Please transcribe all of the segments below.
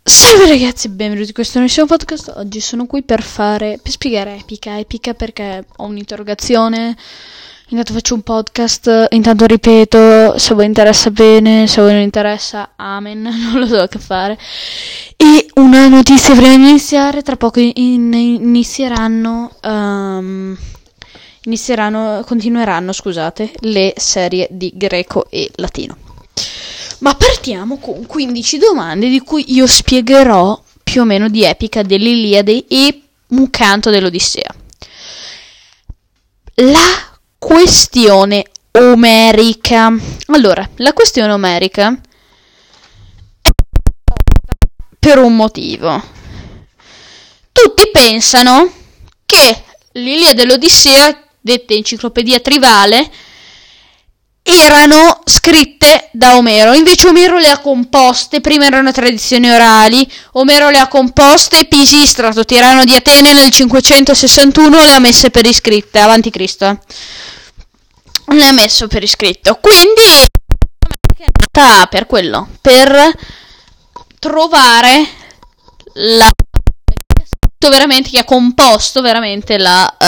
Salve ragazzi, benvenuti in questo nuovo podcast. Oggi sono qui per spiegare Epica perché ho un'interrogazione. Intanto faccio un podcast, intanto ripeto, se voi interessa bene, se voi non interessa, amen, non lo so che fare. E una notizia prima di iniziare, tra poco continueranno, le serie di greco e latino. Ma partiamo con 15 domande di cui io spiegherò più o meno di Epica, dell'Iliade e un canto dell'Odissea. La questione omerica. Allora, la questione omerica per un motivo. Tutti pensano che l'Iliade e l'Odissea, dette enciclopedia trivale, erano scritte da Omero, invece Omero le ha composte, prima erano tradizioni orali, Omero le ha composte, Pisistrato, tiranno di Atene, nel 561 le ha messe per iscritte, avanti Cristo, le ha messo per iscritto, quindi è nata per quello, per trovare che ha composto veramente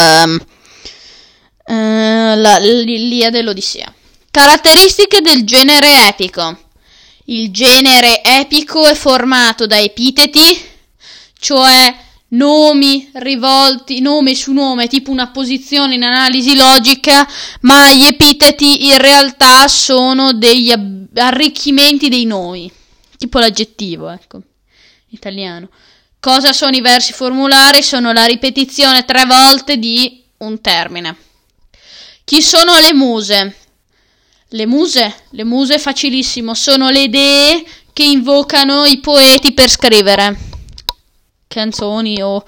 l'Iliade e l'Odissea. Caratteristiche del genere epico. Il genere epico è formato da epiteti, cioè nomi rivolti, nome su nome, tipo una posizione in analisi logica, ma gli epiteti in realtà sono degli arricchimenti dei nomi, tipo l'aggettivo, ecco, italiano. Cosa sono i versi formulari? Sono la ripetizione 3 volte di un termine. Chi sono le muse? Le muse facilissimo, sono le dee che invocano i poeti per scrivere canzoni o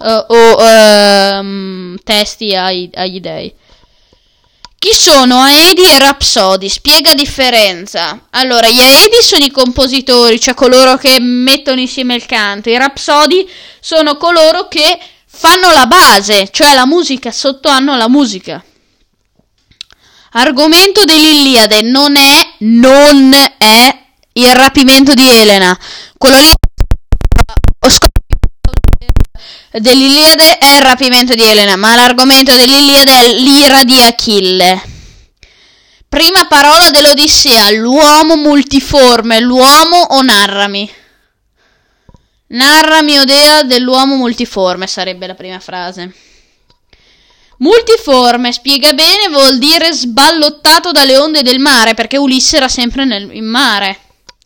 testi agli dei. Chi sono Aedi e Rapsodi? Spiega differenza. Allora, gli Aedi sono i compositori, cioè coloro che mettono insieme il canto. I Rapsodi sono coloro che fanno la base, cioè la musica, sotto hanno la musica. Argomento dell'Iliade non è il rapimento di Elena. Quello lì dell'Iliade è il rapimento di Elena, ma l'argomento dell'Iliade è l'ira di Achille. Prima parola dell'Odissea, l'uomo multiforme, l'uomo o narrami? Narrami, o dea dell'uomo multiforme, sarebbe la prima frase. Multiforme, spiega bene, vuol dire sballottato dalle onde del mare, perché Ulisse era sempre in mare.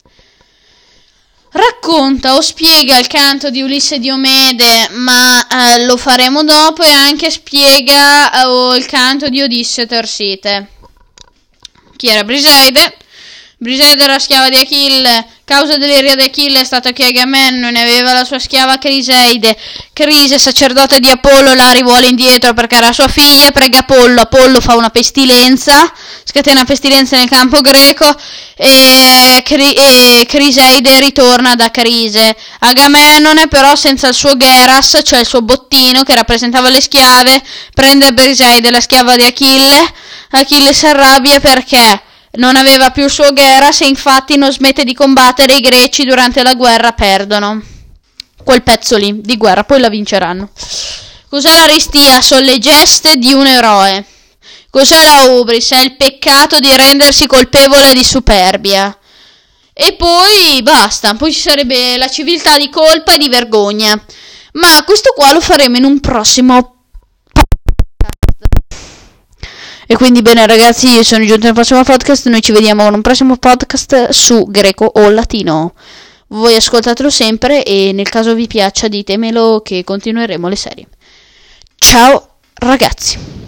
Racconta o spiega il canto di Ulisse e Diomede, ma lo faremo dopo, e anche spiega il canto di Odisseo e Tersite. Chi era Briseide? Briseide era schiava di Achille. Causa dell'ira di Achille è stato che Agamennone aveva la sua schiava Criseide. Crise, sacerdote di Apollo, la rivuole indietro perché era sua figlia, prega Apollo. Apollo fa una pestilenza, scatena pestilenza nel campo greco e Criseide ritorna da Crise. Agamennone però, senza il suo Geras, cioè il suo bottino che rappresentava le schiave, prende Briseide, la schiava di Achille. Achille si arrabbia perché non aveva più il suo Geras e infatti non smette di combattere. I greci durante la guerra perdono quel pezzo lì di guerra, poi la vinceranno. Cos'è l'aristia? Sono le geste di un eroe. Cos'è la ubris? È il peccato di rendersi colpevole di superbia. E poi basta, poi ci sarebbe la civiltà di colpa e di vergogna, ma questo qua lo faremo in un prossimo. E quindi bene ragazzi, io sono giunto nel prossimo podcast, noi ci vediamo con un prossimo podcast su greco o latino. Voi ascoltatelo sempre e nel caso vi piaccia ditemelo che continueremo le serie. Ciao ragazzi!